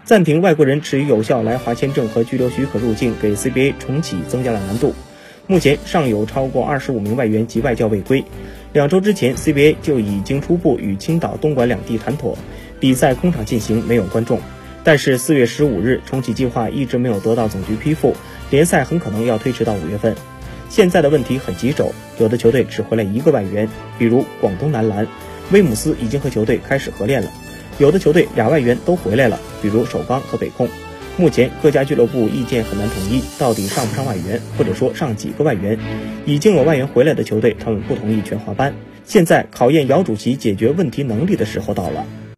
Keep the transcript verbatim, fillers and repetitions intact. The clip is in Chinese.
暂停外国人持有效来华签证和居留许可入境，给 C B A 重启增加了难度。目前尚有超过二十五名外援及外教未归。两周之前 C B A 就已经初步与青岛、东莞两地谈妥，比赛空场进行，没有观众。但是四月十五日重启计划一直没有得到总局批复，联赛很可能要推迟到五月份。现在的问题很棘手，有的球队只回来一个外援，比如广东男篮，威姆斯已经和球队开始合练了。有的球队俩外援都回来了，比如首钢和北控。目前各家俱乐部意见很难统一，到底上不上外援，或者说上几个外援。已经有外援回来的球队，他们不同意全华班。现在考验姚主席解决问题能力的时候到了。